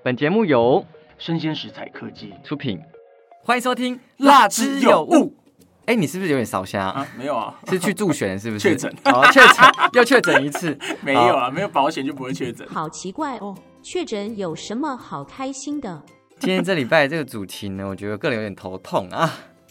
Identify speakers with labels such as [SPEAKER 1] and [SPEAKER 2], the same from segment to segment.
[SPEAKER 1] 本节目由
[SPEAKER 2] 生鲜食材科技
[SPEAKER 1] 出品，欢迎收听《辣之有物》。哎，你是不是有点烧香啊？
[SPEAKER 2] 没有啊，
[SPEAKER 1] 是去助选是不是？
[SPEAKER 2] 确诊
[SPEAKER 1] 确诊又确诊一次，
[SPEAKER 2] 没有啊，没有保险就不会确诊。
[SPEAKER 3] 好奇怪哦，确诊有什么好开心的？
[SPEAKER 1] 今天这礼拜这个主题呢，我觉得个人有点头痛啊。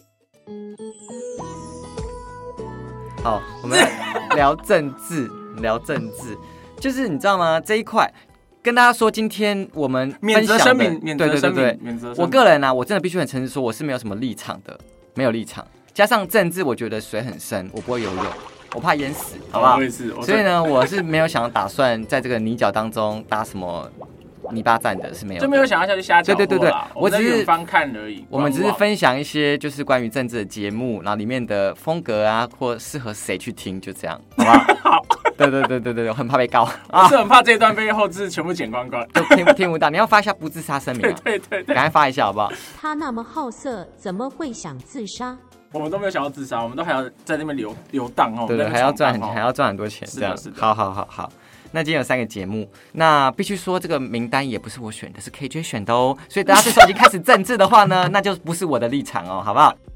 [SPEAKER 1] 好，我们来聊政治，就是你知道吗？这一块跟大家说，今天我们分享的对，我个人啊，我真的必须很诚实说，我是没有什么立场的，没有立场。加上政治，我觉得水很深，我不会游泳，我怕淹死，好不好？
[SPEAKER 2] 我也是，
[SPEAKER 1] 所以呢，我是没有想打算在这个泥沼当中打什么泥巴战的，是没有的，
[SPEAKER 2] 就没有想要下去瞎搅和。
[SPEAKER 1] 对，
[SPEAKER 2] 我只是远方看而已。
[SPEAKER 1] 我们只是分享一些就是关于政治的节目，然后里面的风格啊，或适合谁去听，就这样，好不好？
[SPEAKER 2] 好。
[SPEAKER 1] 对，我很怕被告，
[SPEAKER 2] 我是很怕这一段被后置全部剪光光，
[SPEAKER 1] 就听不到。你要发一下不自杀声明啊！
[SPEAKER 2] 对，
[SPEAKER 1] 赶快发一下好不好？
[SPEAKER 3] 他那么好色，怎么会想自杀？
[SPEAKER 2] 我们都没有想要自杀，我们都还要在那边流荡哦。
[SPEAKER 1] 对，还要赚很多钱，这样。好。那今天有3个节目，那必须说这个名单也不是我选的，是 KJ 选的哦。所以大家这时候已经开始政治的话呢，那就不是我的立场哦，好不好？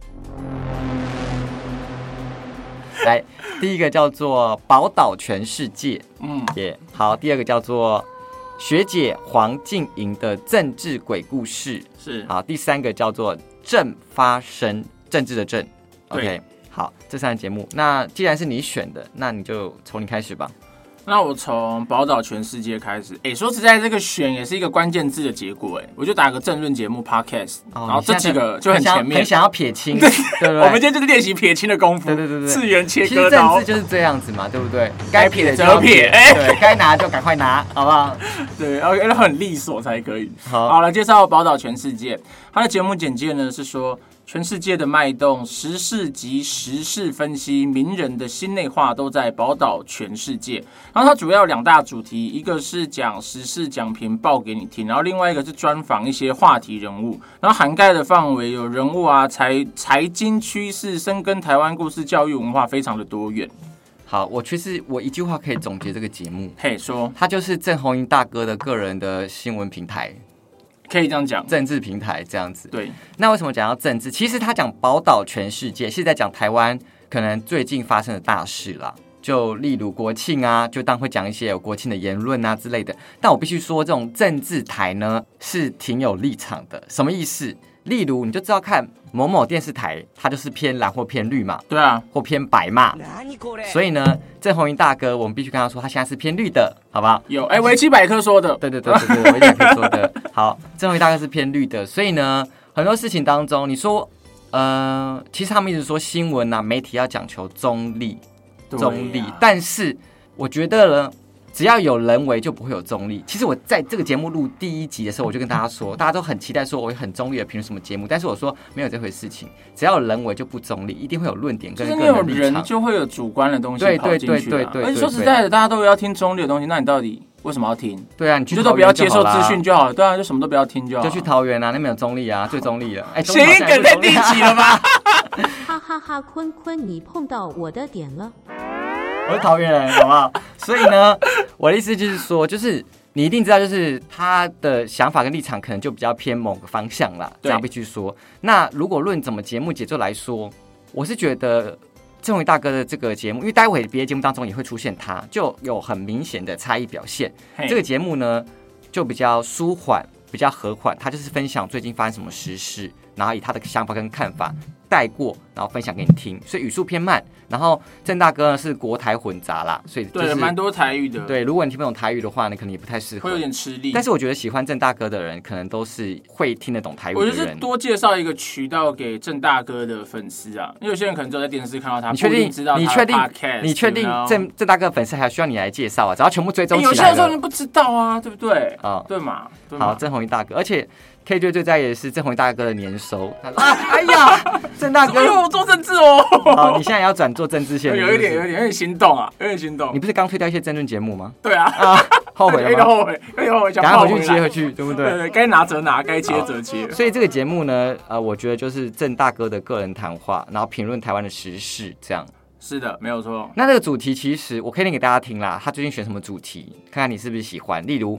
[SPEAKER 1] 来，第一个叫做宝岛全世界，好。第二个叫做学姐黄静莹的政治鬼故事，
[SPEAKER 2] 是
[SPEAKER 1] 好。第3个叫做正发生，政治的正 ，OK， 好，这3个节目。那既然是你选的，那你就从你开始吧。
[SPEAKER 2] 那我从宝岛全世界开始，说实在，这个选也是一个关键字的结果，我就打个政论节目 podcast，然后这几个就很前面，
[SPEAKER 1] 很想要撇清，对不对？
[SPEAKER 2] 我们今天就是练习撇清的功夫，对，次元切割刀，
[SPEAKER 1] 其实政治就是这样子嘛，对不对？该撇的就
[SPEAKER 2] 要撇，
[SPEAKER 1] 对，该拿就赶快拿，好不好？
[SPEAKER 2] 对，要很利索才可以。好，来介绍宝岛全世界，它的节目简介呢是说，全世界的脉动、时事及时事分析、名人的心内话都在宝岛全世界。然后它主要有2大主题，一个是讲时事讲评报给你听，然后另外一个是专访一些话题人物，然后涵盖的范围有人物啊、财经趋势、深耕台湾故事、教育文化，非常的多元。
[SPEAKER 1] 好，我一句话可以总结这个节目，
[SPEAKER 2] 说
[SPEAKER 1] 它就是郑弘仪大哥的个人的新闻平台。
[SPEAKER 2] 可以这样讲，
[SPEAKER 1] 政治平台这样子。对，
[SPEAKER 2] 那
[SPEAKER 1] 为什么讲到政治？其实他讲宝岛全世界，是在讲台湾可能最近发生的大事啦。就例如国庆啊，就当会讲一些有国庆的言论啊之类的。但我必须说，这种政治台呢是挺有立场的。什么意思？例如你就知道看某某电视台，它就是偏蓝或偏绿嘛，
[SPEAKER 2] 对啊，
[SPEAKER 1] 或偏白嘛。所以呢，郑弘仪大哥，我们必须跟他说，他现在是偏绿的，好不好？
[SPEAKER 2] 有维基百科说的，
[SPEAKER 1] 对，维基百科说的。好，郑弘仪大哥是偏绿的，所以呢，很多事情当中，你说，其实他们一直说新闻啊，媒体要讲求中立，但是我觉得呢，只要有人为就不会有中立。其实我在这个节目录第1集的时候，我就跟大家说，大家都很期待说我会很中立的评论什么节目，但是我说没有这回事情，只要有人为就不中立，一定会有论点跟个人立场。
[SPEAKER 2] 就是你有人就会有主观的东西跑进去。对，而且说实在的，大家都要听中立的东西，那你到底为什么要听？
[SPEAKER 1] 对啊，你
[SPEAKER 2] 就都不要接受资讯就好了。对啊，就什么都不要听就好了。
[SPEAKER 1] 就去桃园啊，那边有中立啊，最中立了。
[SPEAKER 2] 谐音梗在第1集了吗？
[SPEAKER 3] 哈哈哈，坤，你碰到我的点了。
[SPEAKER 1] 我是桃园人，好不好？所以呢，我的意思就是说，就是你一定知道，就是他的想法跟立场可能就比较偏某个方向啦，这样必须说。那如果论怎么节目节奏来说，我是觉得郑弘仪大哥的这个节目，因为待会别的节目当中也会出现他，就有很明显的差异表现。这个节目呢，就比较舒缓，比较和缓，他就是分享最近发生什么时事，然后以他的想法跟看法带过，然后分享给你听，所以语速偏慢。然后郑大哥呢是国台混杂啦，所以
[SPEAKER 2] 对蛮多台语的。
[SPEAKER 1] 对，如果你听不懂台语的话，你可能也不太适合，
[SPEAKER 2] 会有点吃力。
[SPEAKER 1] 但是我觉得喜欢郑大哥的人，可能都是会听得懂台语的人。
[SPEAKER 2] 我觉得是多介绍一个渠道给郑大哥的粉丝啊，因为有些人可能只有在电视看到他，
[SPEAKER 1] 你确定？你确定郑大哥的粉丝还需要你来介绍啊？只要全部追踪起来了。
[SPEAKER 2] 有些人说你不知道啊，对不对？对嘛。
[SPEAKER 1] 好，郑弘仪大哥，而且 KJ 最在意的是郑弘仪大哥的年收。哎呀，郑大哥，
[SPEAKER 2] 我做政治哦。
[SPEAKER 1] 好，你现在也要转做政治线，
[SPEAKER 2] 有一点心动啊，有点心动。
[SPEAKER 1] 你不是刚推掉一些政论节目吗？
[SPEAKER 2] 对啊，
[SPEAKER 1] 后悔了吗？
[SPEAKER 2] 后悔，
[SPEAKER 1] 赶快回去接回去，对不对？
[SPEAKER 2] 对，该拿则拿，该切则切。
[SPEAKER 1] 所以这个节目呢，我觉得就是郑大哥的个人谈话，然后评论台湾的时事，这样。
[SPEAKER 2] 是的，没有错。
[SPEAKER 1] 那这个主题其实我可以念给大家听啦，他最近选什么主题，看看你是不是喜欢。例如，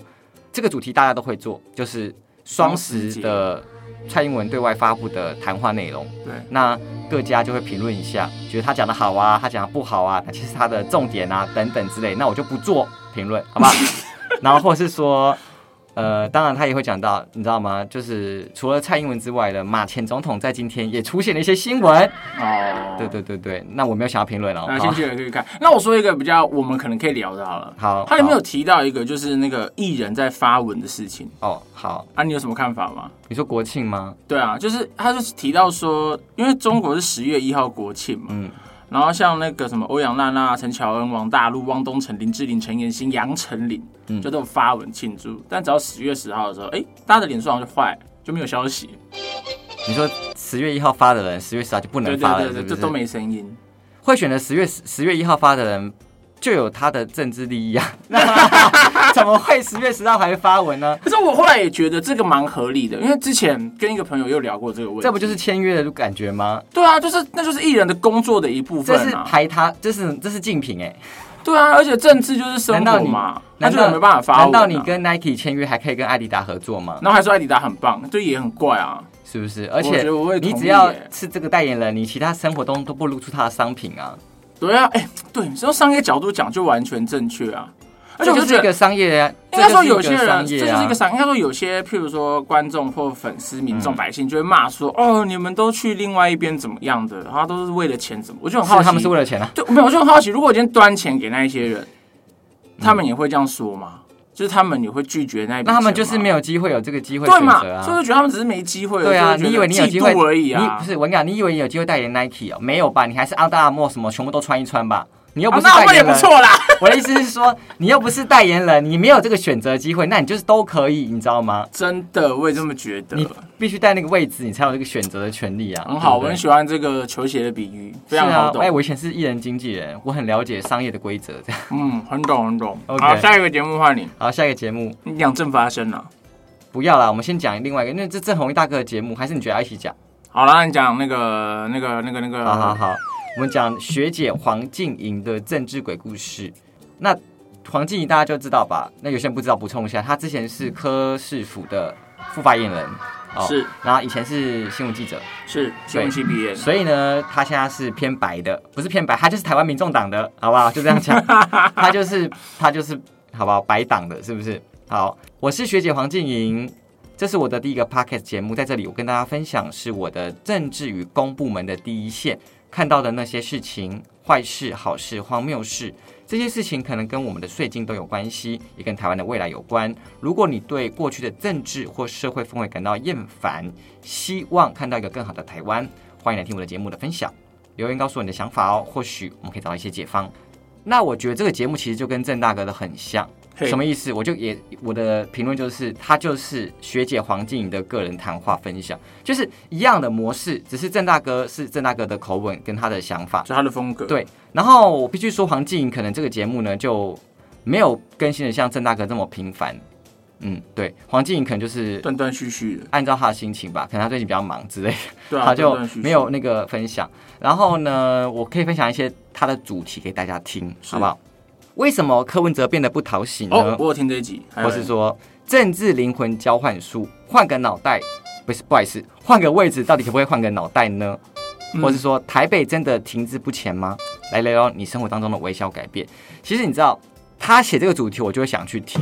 [SPEAKER 1] 这个主题大家都会做，就是双十的蔡英文对外发布的谈话内容。
[SPEAKER 2] 对，
[SPEAKER 1] 那各家就会评论一下，觉得他讲的好啊，他讲的不好啊，其实他的重点啊等等之类，那我就不做评论，好不好？然后或是说。当然他也会讲到，你知道吗？就是除了蔡英文之外的马前总统在今天也出现了一些新闻。对，那我没有想要评论哦。
[SPEAKER 2] 那兴趣也可以看。那我说一个比较我们可能可以聊的好了。
[SPEAKER 1] 好，
[SPEAKER 2] 他有没有提到一个就是那个艺人在发文的事情？
[SPEAKER 1] 好。
[SPEAKER 2] 你有什么看法吗？
[SPEAKER 1] 你说国庆吗？
[SPEAKER 2] 对啊，就是他就是提到说，因为中国是10月1号国庆嘛。然后像那个什么欧阳娜娜、陈乔恩、王大陆、汪东城、林志玲、陈妍希、杨丞琳，就都有发文庆祝。但只要10月10号的时候，大家的脸书好像就坏，就没有消息。
[SPEAKER 1] 你说10月1号发的人，10月10号就不能发了，
[SPEAKER 2] 对，这都没声音。
[SPEAKER 1] 会选的10月1号发的人，就有他的政治利益啊。怎么会10月10号还发文呢？
[SPEAKER 2] 可是我后来也觉得这个蛮合理的，因为之前跟一个朋友又聊过这个问题。
[SPEAKER 1] 这不就是签约的感觉吗？
[SPEAKER 2] 对啊，那就是艺人的工作的一部分啊。
[SPEAKER 1] 这是排他，这是竞品哎。
[SPEAKER 2] 对啊，而且政治就是生活嘛，那就没办法发文啊。
[SPEAKER 1] 难道你跟 Nike 签约还可以跟艾迪达合作吗？
[SPEAKER 2] 然后还说艾迪达很棒，这也很怪啊，
[SPEAKER 1] 是不是？而且你只要是这个代言人，你其他生活中都不露出他的商品啊。
[SPEAKER 2] 对啊，对，从商业角度讲就完全正确啊。而且我就觉得
[SPEAKER 1] 这就是一个商业啊，
[SPEAKER 2] 应该说有些人
[SPEAKER 1] 这
[SPEAKER 2] 就是一个商业，应该说有些譬如说观众或粉丝、民众、百姓就会骂说，你们都去另外一边怎么样的，然后都是为了钱怎么？我就很好奇，
[SPEAKER 1] 他们是为了钱啊？
[SPEAKER 2] 对，没有，我就很好奇，如果我今天端钱给那一些人，他们也会这样说吗？就是他们也会拒绝那一笔钱吗？
[SPEAKER 1] 那他们就是没有机会有这个机会选择啊，
[SPEAKER 2] 对嘛？就是觉得他们只是没机会。
[SPEAKER 1] 对啊，你以为你有机会
[SPEAKER 2] 而已啊？
[SPEAKER 1] 不是，我跟你讲，你以为你有机会代言 Nike 没有吧？你还是安踏、阿莫什么全部都穿一穿吧。你又不是代言人，
[SPEAKER 2] 那也不错啦。
[SPEAKER 1] 我的意思是说，你又不是代言人，你没有这个选择机会，那你就是都可以，你知道吗？
[SPEAKER 2] 真的，我也这么觉得。
[SPEAKER 1] 你必须在那个位置，你才有这个选择的权利啊。
[SPEAKER 2] 很好，我很喜欢这个球鞋的比喻，非常好懂。
[SPEAKER 1] 我以前是艺人经纪人，我很了解商业的规则，这样。
[SPEAKER 2] 很懂。
[SPEAKER 1] Okay.
[SPEAKER 2] 好，下一个节目换你。
[SPEAKER 1] 好，下一个节目，
[SPEAKER 2] 你讲正发生啊？
[SPEAKER 1] 不要啦，我们先讲另外一个，因为这郑弘一大哥的节目，还是你觉得要一起讲？
[SPEAKER 2] 好了，你讲那个。
[SPEAKER 1] 好。我们讲学姐黄静莹的政治鬼故事。那黄静莹大家就知道吧？那有些人不知道，补充一下，她之前是柯市府的副发言人，
[SPEAKER 2] 是，
[SPEAKER 1] 然后以前是新闻记者，
[SPEAKER 2] 是新闻系毕业的。
[SPEAKER 1] 所以呢，她现在是偏白的，不是偏白，她就是台湾民众党的，好不好？就这样讲，她就是好不好？白党的，是不是？好，我是学姐黄静莹。这是我的第一个 podcast 节目，在这里我跟大家分享是我的政治与公部门的第一线看到的那些事情，坏事、好事、荒谬事，这些事情可能跟我们的税金都有关系，也跟台湾的未来有关。如果你对过去的政治或社会氛围感到厌烦，希望看到一个更好的台湾，欢迎来听我的节目的分享，留言告诉我你的想法哦，或许我们可以找到一些解方。那我觉得这个节目其实就跟郑大哥的很像。什么意思？我的评论就是，他就是学姐黄静莹的个人谈话分享，就是一样的模式，只是郑大哥是郑大哥的口吻跟他的想法，
[SPEAKER 2] 就他的风格。对，
[SPEAKER 1] 然后我必须说，黄静莹可能这个节目呢就没有更新的像郑大哥这么频繁。对，黄静莹可能就是
[SPEAKER 2] 断断续续的，
[SPEAKER 1] 按照他的心情吧，可能他最近比较忙之类的，
[SPEAKER 2] 对啊，
[SPEAKER 1] 他就没有那个分享。然后呢，我可以分享一些他的主题给大家听，好不好？为什么柯文哲变得不讨喜呢？
[SPEAKER 2] 我有听这一集，
[SPEAKER 1] 或是说政治灵魂交换术，换个脑袋，不好意思，换个位置，到底可不可以换个脑袋呢？或是说台北真的停滞不前吗？来聊聊你生活当中的微小改变。其实你知道，他写这个主题，我就会想去听。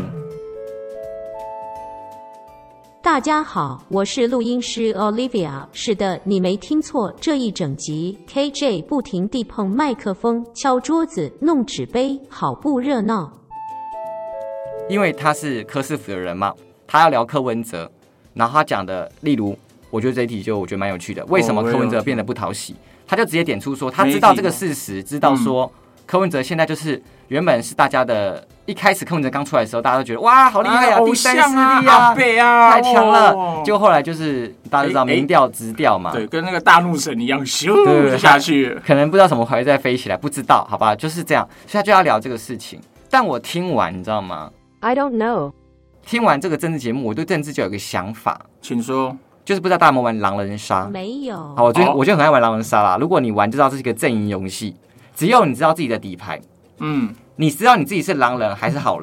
[SPEAKER 3] 大家好，我是录音师 Olivia。是的，你没听错，这一整集 KJ 不停地碰麦克风、敲桌子、弄纸杯，好不热闹。
[SPEAKER 1] 因为他是柯市府的人嘛，他要聊柯文哲，然后他讲的，例如，我觉得这一题我觉得蛮有趣的。为什么柯文哲变得不讨喜？他就直接点出说，他知道这个事实，知道说柯文哲现在就是原本是大家的。一开始柯文哲刚出来的时候，大家都觉得哇，好厉害啊，第三势力啊，太强了。就后来就是大家都知道民调直调嘛，
[SPEAKER 2] 对，跟那个大怒神一样，咻就下去了。
[SPEAKER 1] 可能不知道什么还会再飞起来，不知道，好吧，就是这样。所以他就要聊这个事情。但我听完，你知道吗
[SPEAKER 3] ？I don't know。
[SPEAKER 1] 听完这个政治节目，我对政治就有一个想法，
[SPEAKER 2] 请说。
[SPEAKER 1] 就是不知道大家有没有玩狼人杀？
[SPEAKER 3] 没有。
[SPEAKER 1] 好，我就很爱玩狼人杀啦。如果你玩，就知道这是一个阵营游戏，只有你知道自己的底牌。你知道你自己是狼人还是好人，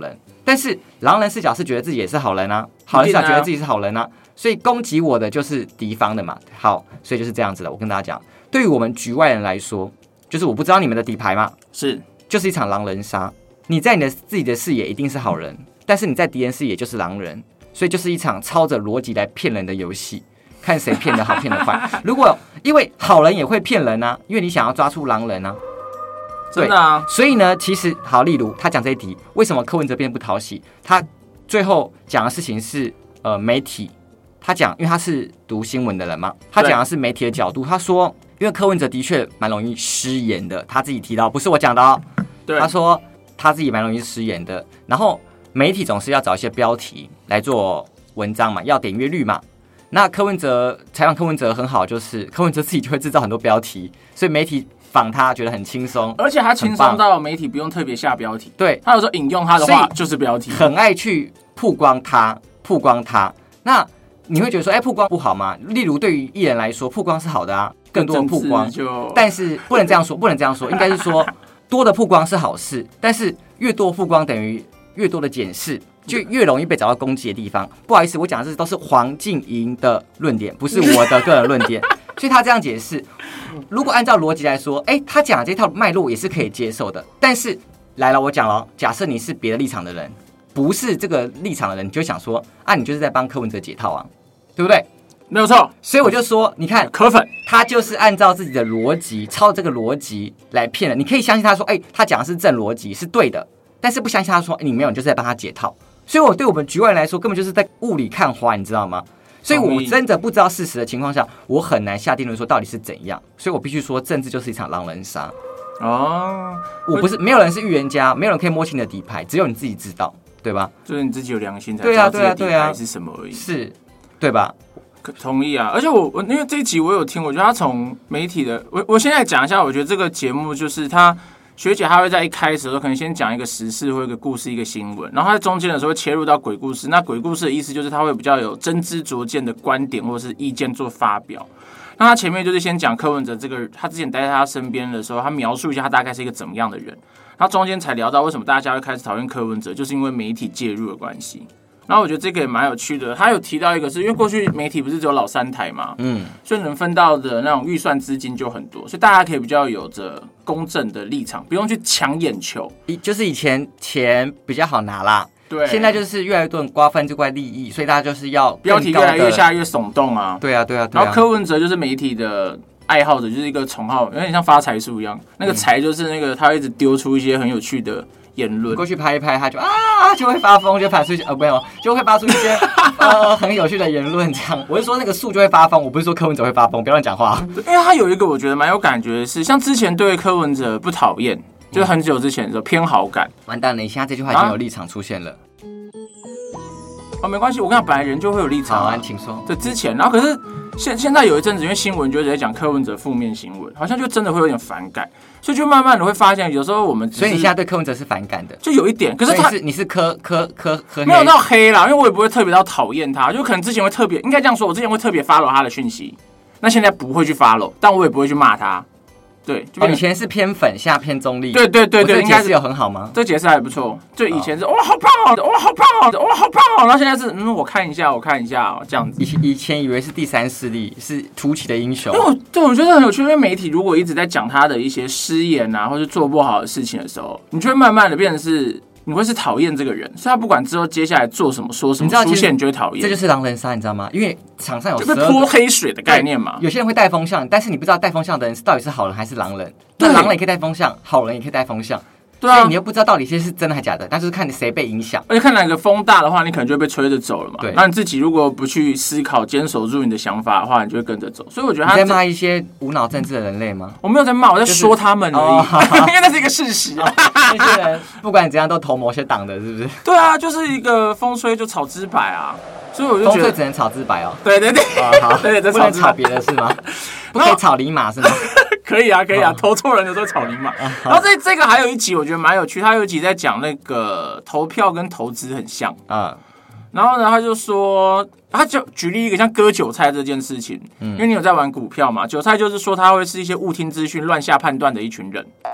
[SPEAKER 1] 但是狼人视角是觉得自己也是好人啊，好人视角觉得自己是好人啊，所以攻击我的就是敌方的嘛。好，所以就是这样子的。我跟大家讲，对于我们局外人来说，就是我不知道你们的底牌嘛，就是一场狼人杀。你在你的自己的视野一定是好人，但是你在敌人视野就是狼人，所以就是一场操着逻辑来骗人的游戏，看谁骗得好骗得坏。如果因为好人也会骗人啊，因为你想要抓出狼人啊。
[SPEAKER 2] 真的啊，
[SPEAKER 1] 所以呢，其实好，例如他讲这一题，为什么柯文哲变不讨喜？他最后讲的事情是媒体，他讲，因为他是读新闻的人嘛，他讲的是媒体的角度。他说，因为柯文哲的确蛮容易失言的，他自己提到，不是我讲的哦。他说他自己蛮容易失言的，然后媒体总是要找一些标题来做文章嘛，要点阅率嘛。那柯文哲采访柯文哲很好，就是柯文哲自己就会制造很多标题，所以媒体访他觉得很轻松，
[SPEAKER 2] 而且他轻松到媒体不用特别下标题，
[SPEAKER 1] 对，
[SPEAKER 2] 他有时候引用他的话就是标题，
[SPEAKER 1] 很爱去曝光他。那你会觉得说，曝光不好吗？例如对于艺人来说，曝光是好的啊，更多的曝光，但是不能这样说，应该是说多的曝光是好事，但是越多曝光等于越多的检视，就越容易被找到攻击的地方。不好意思，我讲的都是黄静莹的论点，不是我的个人论点。所以他这样解释，如果按照逻辑来说，他讲的这套脉络也是可以接受的。但是来了，我讲了，假设你是别的立场的人，不是这个立场的人，你就想说啊，你就是在帮柯文哲解套啊，对不对？
[SPEAKER 2] 没有错。
[SPEAKER 1] 所以我就说，你看
[SPEAKER 2] 柯粉，
[SPEAKER 1] 他就是按照自己的逻辑，抄这个逻辑来骗人。你可以相信他说，他讲的是正逻辑，是对的，但是不相信他说，你没有，你就是在帮他解套。所以我对我们局外人来说，根本就是在雾里看花，你知道吗？所以我真的不知道事实的情况下，我很难下定论说到底是怎样。所以我必须说，政治就是一场狼人杀。
[SPEAKER 2] 哦，
[SPEAKER 1] 我不是，没有人是预言家，没有人可以摸清你的底牌，只有你自己知道，对吧？
[SPEAKER 2] 就是你自己有良心才知道自己的底牌是什么而已，
[SPEAKER 1] 是，对吧？
[SPEAKER 2] 同意啊，而且我因为这一集我有听，我觉得他从媒体的，我现在讲一下，我觉得这个节目就是他。学姐她会在一开始的时候可能先讲一个时事或一个故事一个新闻，然后她在中间的时候会切入到鬼故事。那鬼故事的意思就是她会比较有真知灼见的观点或是意见做发表。那她前面就是先讲柯文哲这个，他之前待在他身边的时候，他描述一下他大概是一个怎么样的人。然后中间才聊到为什么大家会开始讨厌柯文哲，就是因为媒体介入的关系。然后我觉得这个也蛮有趣的，他有提到一个是因为过去媒体不是只有老三台嘛，所以能分到的那种预算资金就很多，所以大家可以比较有着公正的立场，不用去抢眼球。
[SPEAKER 1] 就是以前钱比较好拿啦，
[SPEAKER 2] 对，
[SPEAKER 1] 现在就是越来越多人瓜分这块利益，所以大家就是要
[SPEAKER 2] 标题越来越下越耸动啊。
[SPEAKER 1] 对啊。
[SPEAKER 2] 然后柯文哲就是媒体的爱好者，就是一个宠号，有点像发财树一样，那个财就是那个他会一直丢出一些很有趣的言论，
[SPEAKER 1] 过去拍一拍，他就会发疯，就发出没有，就会发出一些很有趣的言论。这样，我是说那个树就会发疯，我不是说柯文哲会发疯，不要乱讲话。
[SPEAKER 2] 因为他有一个我觉得蛮有感觉的是，像之前对柯文哲不讨厌，就是很久之前的时候偏好感。
[SPEAKER 1] 完蛋了，你现在这句话已经有立场出现了。
[SPEAKER 2] 没关系，我跟他本来人就会有立场。
[SPEAKER 1] 好，请说。
[SPEAKER 2] 这之前，然后可是现在有一阵子，因为新闻就在讲柯文哲负面新闻，好像就真的会有点反感，所以就慢慢的会发现，有时候我们
[SPEAKER 1] 所以你现在对柯文哲是反感的，
[SPEAKER 2] 就有一点。可是
[SPEAKER 1] 你是柯
[SPEAKER 2] 没有到黑啦，因为我也不会特别到讨厌他，就可能之前会特别，应该这样说，我之前会特别 follow 他的讯息，那现在不会去 follow， 但我也不会去骂他。对，
[SPEAKER 1] 以前是偏粉，现在偏中立。
[SPEAKER 2] 对，
[SPEAKER 1] 应该是有很好吗？
[SPEAKER 2] 这解释还不错。就以前是哇好胖哦，哇好胖哦，哇好胖哦，然后现在是我看一下这样子。
[SPEAKER 1] 以前以为是第三势力，是突起的英雄。
[SPEAKER 2] 我觉得很有趣，因为媒体如果一直在讲他的一些失言啊，或是做不好的事情的时候，你就会慢慢的变成是。你会是讨厌这个人，所以他不管之后接下来做什么、说什么、出现，你就会讨厌。
[SPEAKER 1] 这就是狼人杀，你知道吗？因为场上有
[SPEAKER 2] 就被泼黑水的概念嘛。
[SPEAKER 1] 有些人会带风向，但是你不知道带风向的人到底是好人还是狼人。那狼人也可以带风向，好人也可以带风向。对啊，所以你又不知道到底是真的还是假的，但是看谁被影响。
[SPEAKER 2] 而且看哪个风大的话，你可能就会被吹着走了嘛。对，那你自己如果不去思考、坚守住你的想法的话，你就会跟着走。所以我觉得他
[SPEAKER 1] 在骂一些无脑政治的人类吗？
[SPEAKER 2] 我没有在骂，我在说他们而已，因为那是一个事实啊。
[SPEAKER 1] 那些人不管怎样都投某些党的，是不是？
[SPEAKER 2] 对啊，就是一个风吹就草之白啊。所以我就觉得
[SPEAKER 1] 风吹只能草之白哦。
[SPEAKER 2] 对，
[SPEAKER 1] 好，
[SPEAKER 2] 对，
[SPEAKER 1] 不能炒别的是吗？不可以炒尼玛是吗？
[SPEAKER 2] 可以啊，投错人的时候炒尼玛。然后这个还有一集我觉得蛮有趣，他有一集在讲那个投票跟投资很像啊。然后呢，他就说，他就举例一个像割韭菜这件事情，因为你有在玩股票嘛，韭菜就是说他会是一些误听资讯、乱下判断的一群人。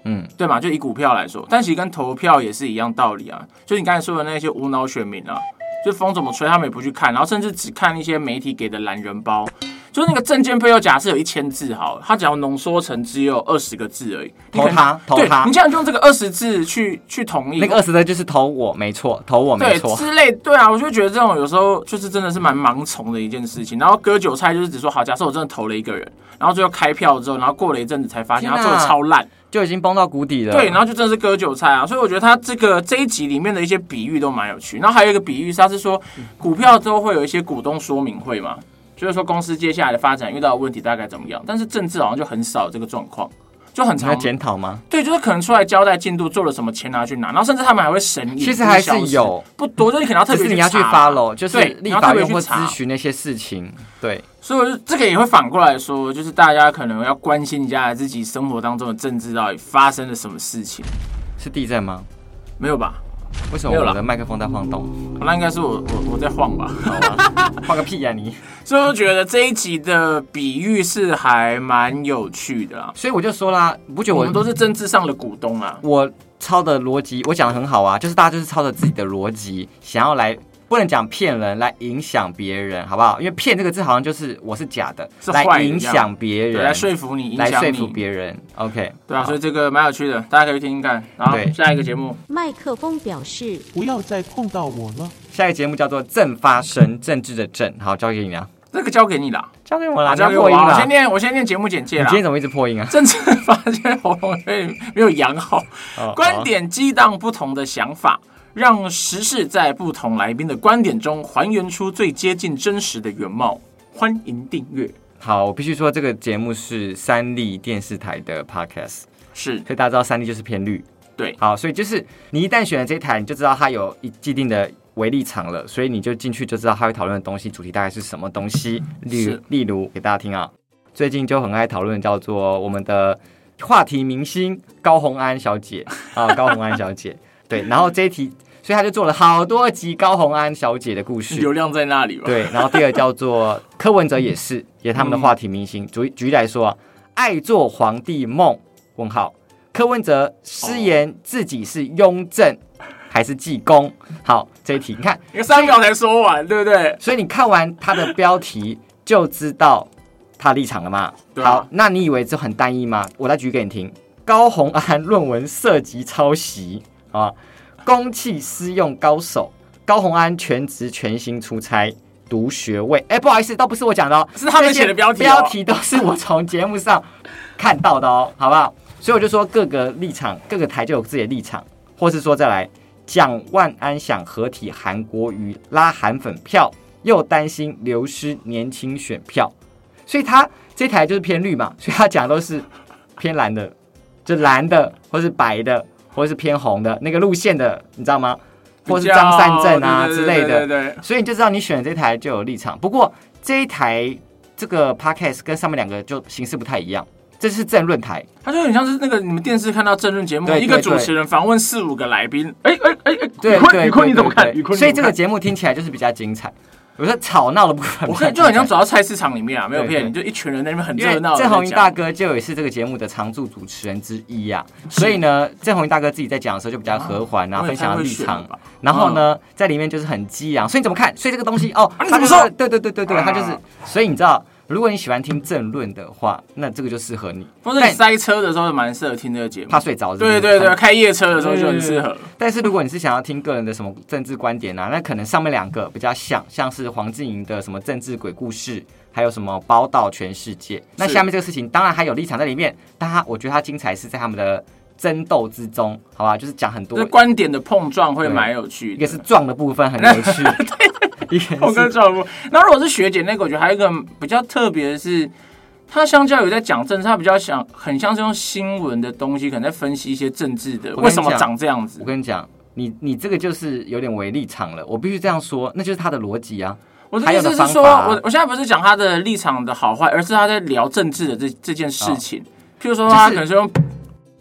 [SPEAKER 2] 对嘛？就以股票来说，但其实跟投票也是一样道理啊。就你刚才说的那些无脑选民啊，就风怎么吹他们也不去看，然后甚至只看一些媒体给的懒人包。就是那个证件背后假设有1000字好了，它只要浓缩成只有20个字而已。
[SPEAKER 1] 投他，
[SPEAKER 2] 你这样用这个20字去同意，
[SPEAKER 1] 那个20字就是投我，没错，投我没错，
[SPEAKER 2] 对之类，对啊，我就觉得这种有时候就是真的是蛮盲从的一件事情。然后割韭菜就是只说好，假设我真的投了一个人，然后最后开票之后，然后过了一阵子才发现他做的超烂，
[SPEAKER 1] 就已经崩到谷底了。
[SPEAKER 2] 对，然后就真的是割韭菜啊。所以我觉得他这一集里面的一些比喻都蛮有趣。然后还有一个比喻是，他是说股票都会有一些股东说明会嘛。就是说公司接下来的发展遇到的问题大概怎么样，但是政治好像就很少这个状况，就很常
[SPEAKER 1] 检讨吗？
[SPEAKER 2] 对，就是可能出来交代进度，做了什么，钱拿去拿，然后甚至他们还会审议。
[SPEAKER 1] 其实还是有
[SPEAKER 2] 不多，就是你可能要特别去查，
[SPEAKER 1] 只是你要去 follow， 就是立法院或咨询那些事情。对，
[SPEAKER 2] 所以我就这个也会反过来说，就是大家可能要关心一下自己生活当中的政治到底发生了什么事情。
[SPEAKER 1] 是地震吗？
[SPEAKER 2] 没有吧？
[SPEAKER 1] 为什么我的麦克风在晃动？
[SPEAKER 2] 那应该是我在晃吧？
[SPEAKER 1] 好啊，晃个屁呀你！
[SPEAKER 2] 所以我觉得这一集的比喻是还蛮有趣的啦。
[SPEAKER 1] 所以我就说啦，不觉得
[SPEAKER 2] 我们都是政治上的股东啊？
[SPEAKER 1] 我抄的逻辑，我讲的很好啊，就是大家就是抄着自己的逻辑，想要来。不能讲骗人来影响别人，好不好？因为骗这个字好像就是我是假的，来影响别人，
[SPEAKER 2] 来说服你，
[SPEAKER 1] 来说服别人。OK，
[SPEAKER 2] 对啊，所以这个蛮有趣的，大家可以听听看。然后下一个节目，
[SPEAKER 3] 麦克风表示
[SPEAKER 4] 不要再碰到我了。
[SPEAKER 1] 下一个节目叫做正发生，政治的正，好，交给你了。
[SPEAKER 2] 这个交给你啦，
[SPEAKER 1] 交给我啦，
[SPEAKER 2] 交给我啦。我先念节目简介啦。
[SPEAKER 1] 你今天怎么一直破音啊？
[SPEAKER 2] 政治发现喉咙没有养好，观点激荡不同的想法。让时事在不同来宾的观点中还原出最接近真实的原貌。欢迎订阅。
[SPEAKER 1] 好，我必须说这个节目是三立电视台的 podcast，
[SPEAKER 2] 是，
[SPEAKER 1] 所以大家知道三立就是偏绿。
[SPEAKER 2] 对，
[SPEAKER 1] 好，所以就是你一旦选了这一台，你就知道它有既定的为立场了，所以你就进去就知道它会讨论的东西主题大概是什么东西。例如给大家听啊，最近就很爱讨论叫做我们的话题明星高虹安小姐啊，高虹安小姐。对，然后这一题，所以他就做了好多集高虹安小姐的故事，
[SPEAKER 2] 流量在那里吧？
[SPEAKER 1] 对，然后第二叫做柯文哲也是他们的话题明星。举例来说啊，爱做皇帝梦？问号，柯文哲失言自己是雍正还是济公？好，这一题你看，
[SPEAKER 2] 你3秒才说完，对不对？
[SPEAKER 1] 所以你看完他的标题就知道他的立场了嘛？
[SPEAKER 2] 对啊、
[SPEAKER 1] 好，那你以为这很单一吗？我再举给你听，高虹安论文涉及抄袭。啊，公器私用高手高虹安全职全心出差读学位。不好意思，都不是我讲的哦，
[SPEAKER 2] 是他们写的标题，
[SPEAKER 1] 标题都是我从节目上看到的哦，好不好？所以我就说各个立场，各个台就有自己的立场，或是说再来蒋万安想合体韩国瑜拉韩粉票，又担心流失年轻选票，所以他这台就是偏绿嘛，所以他讲的都是偏蓝的，就蓝的或是白的。或是偏红的那个路线的，你知道吗？或是张善政啊之类的，
[SPEAKER 2] 对，
[SPEAKER 1] 所以你就知道你选这台就有立场。不过这一台这个 podcast 跟上面2个就形式不太一样，这是政论台，
[SPEAKER 2] 它就很像是那个你们电视看到政论节目，一个主持人访问4-5个来宾，宇坤你怎么看？
[SPEAKER 1] 所以这个节目听起来就是比较精彩。有时候吵闹的部分，
[SPEAKER 2] 我看就很像走到菜市场里面啊，没有骗你，就一群人在那边很热闹。
[SPEAKER 1] 郑弘仪大哥就也是这个节目的常驻主持人之一啊，所以呢，郑弘仪大哥自己在讲的时候就比较和缓啊，分享立场，然后呢，在里面就是很激昂。所以你怎么看？所以这个东西哦，
[SPEAKER 2] 你怎么说？
[SPEAKER 1] 对，他就是，所以你知道。如果你喜欢听政论的话，那这个就适合你。
[SPEAKER 2] 或者你塞车的时候蛮适合听这个节目，
[SPEAKER 1] 怕睡着。
[SPEAKER 2] 对，开夜车的时候就很适合。
[SPEAKER 1] 但是如果你是想要听个人的什么政治观点啊，那可能上面2个比较像是黄静莹的什么政治鬼故事，还有什么宝岛全世界。那下面这个事情当然还有立场在里面，但我觉得它精彩是在他们的争斗之中，好吧？就是讲很多
[SPEAKER 2] 观点的碰撞会蛮有趣的。
[SPEAKER 1] 一个是撞的部分很有趣，
[SPEAKER 2] 我跟撞的部分。那如果是学姐那个，我觉得还有一个比较特别的是，他相较于在讲政治，他比较很像是用新闻的东西，可能在分析一些政治的为什么长这样子。
[SPEAKER 1] 我跟你讲，你这个就是有点违立场了。我必须这样说，那就是他的逻辑啊。
[SPEAKER 2] 我的意思是说，我现在不是讲他的立场的好坏，而是他在聊政治的这件事情。譬如说，他可能是用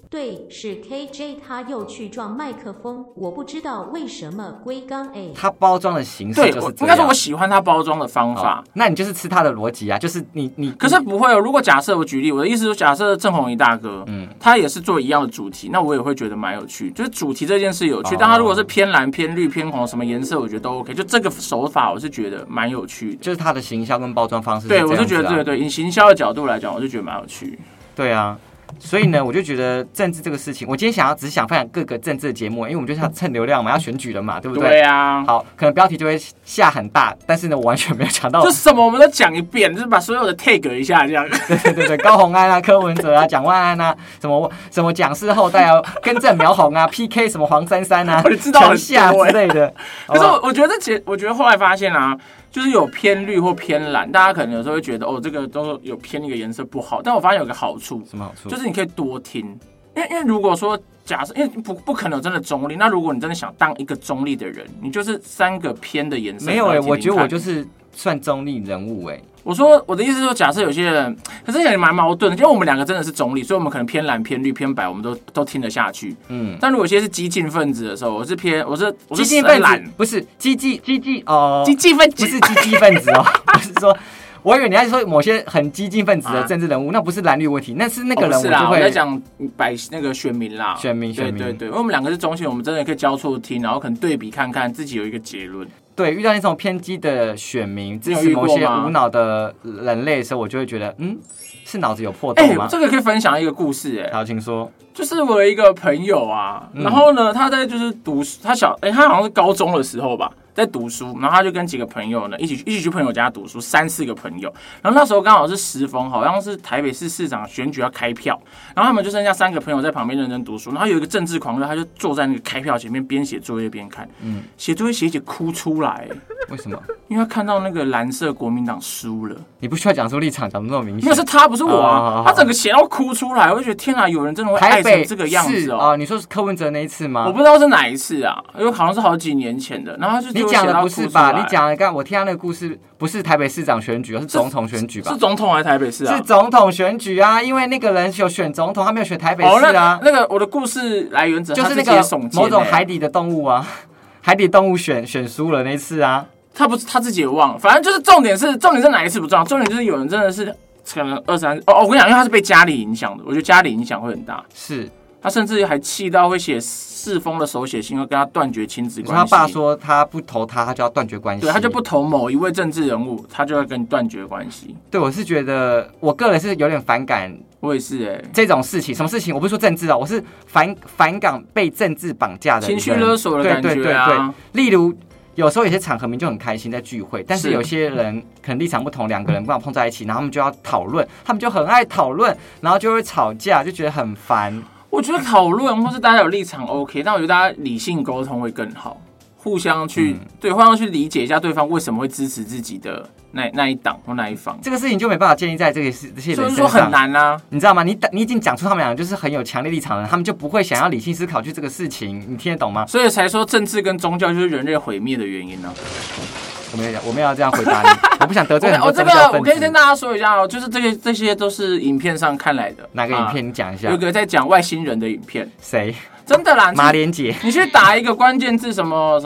[SPEAKER 3] 对，是 KJ 他又去撞麦克风，我不知道为什么龟缸
[SPEAKER 1] 他包装的形式就是这样。
[SPEAKER 2] 应该说我喜欢他包装的方法。
[SPEAKER 1] 那你就是吃他的逻辑啊，就是你。
[SPEAKER 2] 可是不会哦，如果假设我举例，我的意思是，假设郑弘仪大哥，他也是做一样的主题，那我也会觉得蛮有趣。就是主题这件事有趣，但他如果是偏蓝、偏绿、偏红，什么颜色，我觉得都 OK。就这个手法，我是觉得蛮有趣的。
[SPEAKER 1] 就是他的行销跟包装方式是
[SPEAKER 2] 对，我是觉得对，以行销的角度来讲，我就觉得蛮有趣。
[SPEAKER 1] 对啊。所以呢，我就觉得政治这个事情，我今天只想分享各个政治的节目，因为我们就是要蹭流量嘛，要选举了嘛，对不对？
[SPEAKER 2] 对啊。
[SPEAKER 1] 好，可能标题就会下很大，但是呢，我完全没有讲到，
[SPEAKER 2] 就什么我们都讲一遍，就是把所有的 tag 一下这样。
[SPEAKER 1] 对，高虹安啊、柯文哲啊、蒋万安啊，什么蒋氏后代啊、根正苗红啊、PK 什么黄珊珊啊、陈夏之类的。
[SPEAKER 2] 可是我觉得后来发现啊。就是有偏绿或偏蓝，大家可能有时候会觉得这个都有偏一个颜色不好，但我发现有个好处，
[SPEAKER 1] 什么好处？
[SPEAKER 2] 就是你可以多听，因为如果说假设，因为不可能有真的中立，那如果你真的想当一个中立的人，你就是3个偏的颜色。
[SPEAKER 1] 没有我觉得我就是算中立人物
[SPEAKER 2] 我说我的意思是说，假设有些人，可是也蛮矛盾的，因为我们2个真的是中立，所以我们可能偏蓝、偏绿、偏白，我们都听得下去。但如果有些是激进分子的时候，我是
[SPEAKER 1] 激进分子，不是激进分子，不是激进分子不是说。我以为你在说某些很激进分子的政治人物，那不是蓝绿问题，那是那个人我就会
[SPEAKER 2] 我在讲那个选民啦，
[SPEAKER 1] 选民，
[SPEAKER 2] 对，因为我们2个是中性，我们真的可以交错听，然后可能对比看看，自己有一个结论。
[SPEAKER 1] 对，遇到那种偏激的选民，支持某些无脑的人类的时候，我就会觉得，是脑子有破洞吗？
[SPEAKER 2] 这个可以分享一个故事
[SPEAKER 1] 好，请说。
[SPEAKER 2] 就是我有一个朋友啊，然后呢，他在就是读书，他好像是高中的时候吧。在读书，然后他就跟几个朋友呢一起去朋友家读书，3-4个朋友。然后那时候刚好是时逢，好像是台北市市长选举要开票，然后他们就剩下3个朋友在旁边认真读书。然后有一个政治狂热，他就坐在那个开票前面边写作业边看，写作业写哭出来。
[SPEAKER 1] 为什么？
[SPEAKER 2] 因为他看到那个蓝色国民党输了。
[SPEAKER 1] 你不需要讲出立场，讲得那么明显。
[SPEAKER 2] 没有，是他，不是我啊。他整个写到哭出来，我就觉得天啊，有人真的会爱成这个样子
[SPEAKER 1] 你说是柯文哲那一次吗？
[SPEAKER 2] 我不知道是哪一次啊，因为好像是好几年前的。然后他就
[SPEAKER 1] 你讲的不是吧？你讲的刚我听到那个故事，不是台北市长选举，是总统选举吧？
[SPEAKER 2] 是总统还是台北市啊？
[SPEAKER 1] 是总统选举啊，因为那个人有选总统，他没有选台北市啊。
[SPEAKER 2] 那个我的故事来源者
[SPEAKER 1] 就是那个某种海底的动物啊，海底动物选输了那次啊。
[SPEAKER 2] 他自己也忘了，反正就是重点是哪一次不重要，重点就是有人真的是可能2-3我跟你讲，因为他是被家里影响的，我觉得家里影响会很大。
[SPEAKER 1] 是。
[SPEAKER 2] 他甚至还气到会写4封的手写信，会跟他断绝亲子关系。
[SPEAKER 1] 他爸说他不投他就要断绝关系。
[SPEAKER 2] 对，他就不投某一位政治人物，他就要跟你断绝关系。
[SPEAKER 1] 对，我是觉得我个人是有点反感。
[SPEAKER 2] 我也是
[SPEAKER 1] 这种事情，什么事情？我不是说政治我是反感被政治绑架的
[SPEAKER 2] 情绪勒索的感觉
[SPEAKER 1] 对。例如。有时候有些场合民就很开心在聚会，但是有些人可能立场不同，2个人不好碰在一起，然后他们就要讨论，他们就很爱讨论，然后就会吵架，就觉得很烦。
[SPEAKER 2] 我觉得讨论或是大家有立场 OK， 但我觉得大家理性沟通会更好，互相去理解一下对方为什么会支持自己的那一党或那一方。这
[SPEAKER 1] 个事情就没办法建立在这些人身上，
[SPEAKER 2] 所以说很难啊，
[SPEAKER 1] 你知道吗？你已经讲出他们2个就是很有强烈立场的人，他们就不会想要理性思考去这个事情，你听得懂吗？
[SPEAKER 2] 所以才说政治跟宗教就是人类毁灭的原因呢。
[SPEAKER 1] 我没有这样回答你，我不想得罪很多宗教分子。
[SPEAKER 2] 我可以跟大家说一下就是这些都是影片上看来的。
[SPEAKER 1] 哪个影片？你讲一下。
[SPEAKER 2] 有个在讲外星人的影片。
[SPEAKER 1] 谁？
[SPEAKER 2] 真的啦，
[SPEAKER 1] 马连杰。
[SPEAKER 2] 你去打一个关键字，什么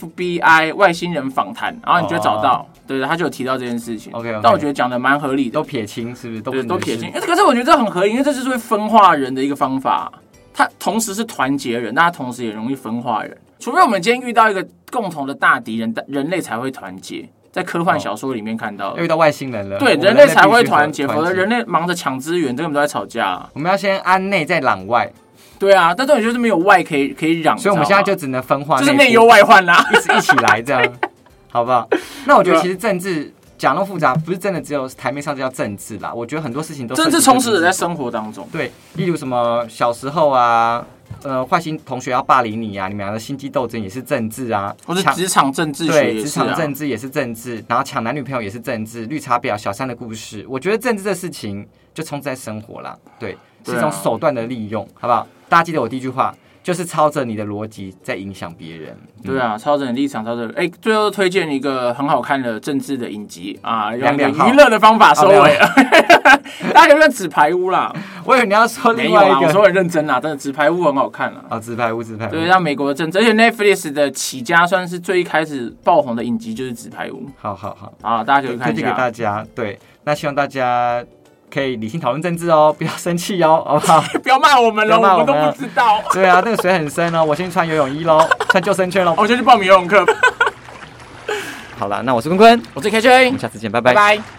[SPEAKER 2] FBI 外星人访谈，然后你就找到，对，他就有提到这件事情。
[SPEAKER 1] OK，
[SPEAKER 2] 但我觉得讲的蛮合理的。
[SPEAKER 1] 都撇清是不是？
[SPEAKER 2] 都撇清。可是我觉得这很合理，因为这就是会分化人的一个方法。它同时是团结人，但它同时也容易分化人。除非我们今天遇到一个共同的大敌人，人类才会团结。在科幻小说里面看到的，
[SPEAKER 1] 遇到外星人了，
[SPEAKER 2] 对，人类才会团结，否则人类忙着抢资源，根本都在吵架。
[SPEAKER 1] 我们要先安内，再攘外。
[SPEAKER 2] 对啊，但重点就是没有外可以攘，
[SPEAKER 1] 所以我们现在就只能分化，
[SPEAKER 2] 就是内忧外患啦，
[SPEAKER 1] 一起来这样，好不好？那我觉得其实政治讲那么复杂，不是真的只有台面上就叫政治啦。我觉得很多事情都
[SPEAKER 2] 政治充斥着在生活当中。
[SPEAKER 1] 对，例如什么小时候啊。坏心同学要霸凌你啊，你们俩的心机斗争也是政治啊，
[SPEAKER 2] 或是职场政治学
[SPEAKER 1] 对，职场政治也是政治，然后抢男女朋友也是政治，绿茶婊、小三的故事，我觉得政治这事情就充斥在生活啦，对，是一种手段的利用，好不好？大家记得我第一句话， 就是操着你的逻辑在影响别人。
[SPEAKER 2] 对啊，操着你立场，操着最后推荐一个很好看的政治的影集啊，用一个娱乐的方法收尾。大家有没有纸牌屋啦？
[SPEAKER 1] 我以为你要说另外一个，
[SPEAKER 2] 我说很认真啦，真的纸牌屋很好看啦。
[SPEAKER 1] 啊，纸牌屋。
[SPEAKER 2] 对，让美国的政治，而且 Netflix 的起家算是最一开始爆红的影集就是纸牌屋。
[SPEAKER 1] 好
[SPEAKER 2] 啊，大家可以看一下。
[SPEAKER 1] 推荐给大家。对，那希望大家可以理性讨论政治哦，不要生气哦，好不好？
[SPEAKER 2] 不要骂我们了，我们都不知道。
[SPEAKER 1] 对啊，那个水很深哦，我先穿游泳衣喽，穿救生圈喽。
[SPEAKER 2] 我先去报名游泳课。
[SPEAKER 1] 好了，那我是坤坤，
[SPEAKER 2] 我是 KJ，
[SPEAKER 1] 我们下次见，拜
[SPEAKER 2] 拜。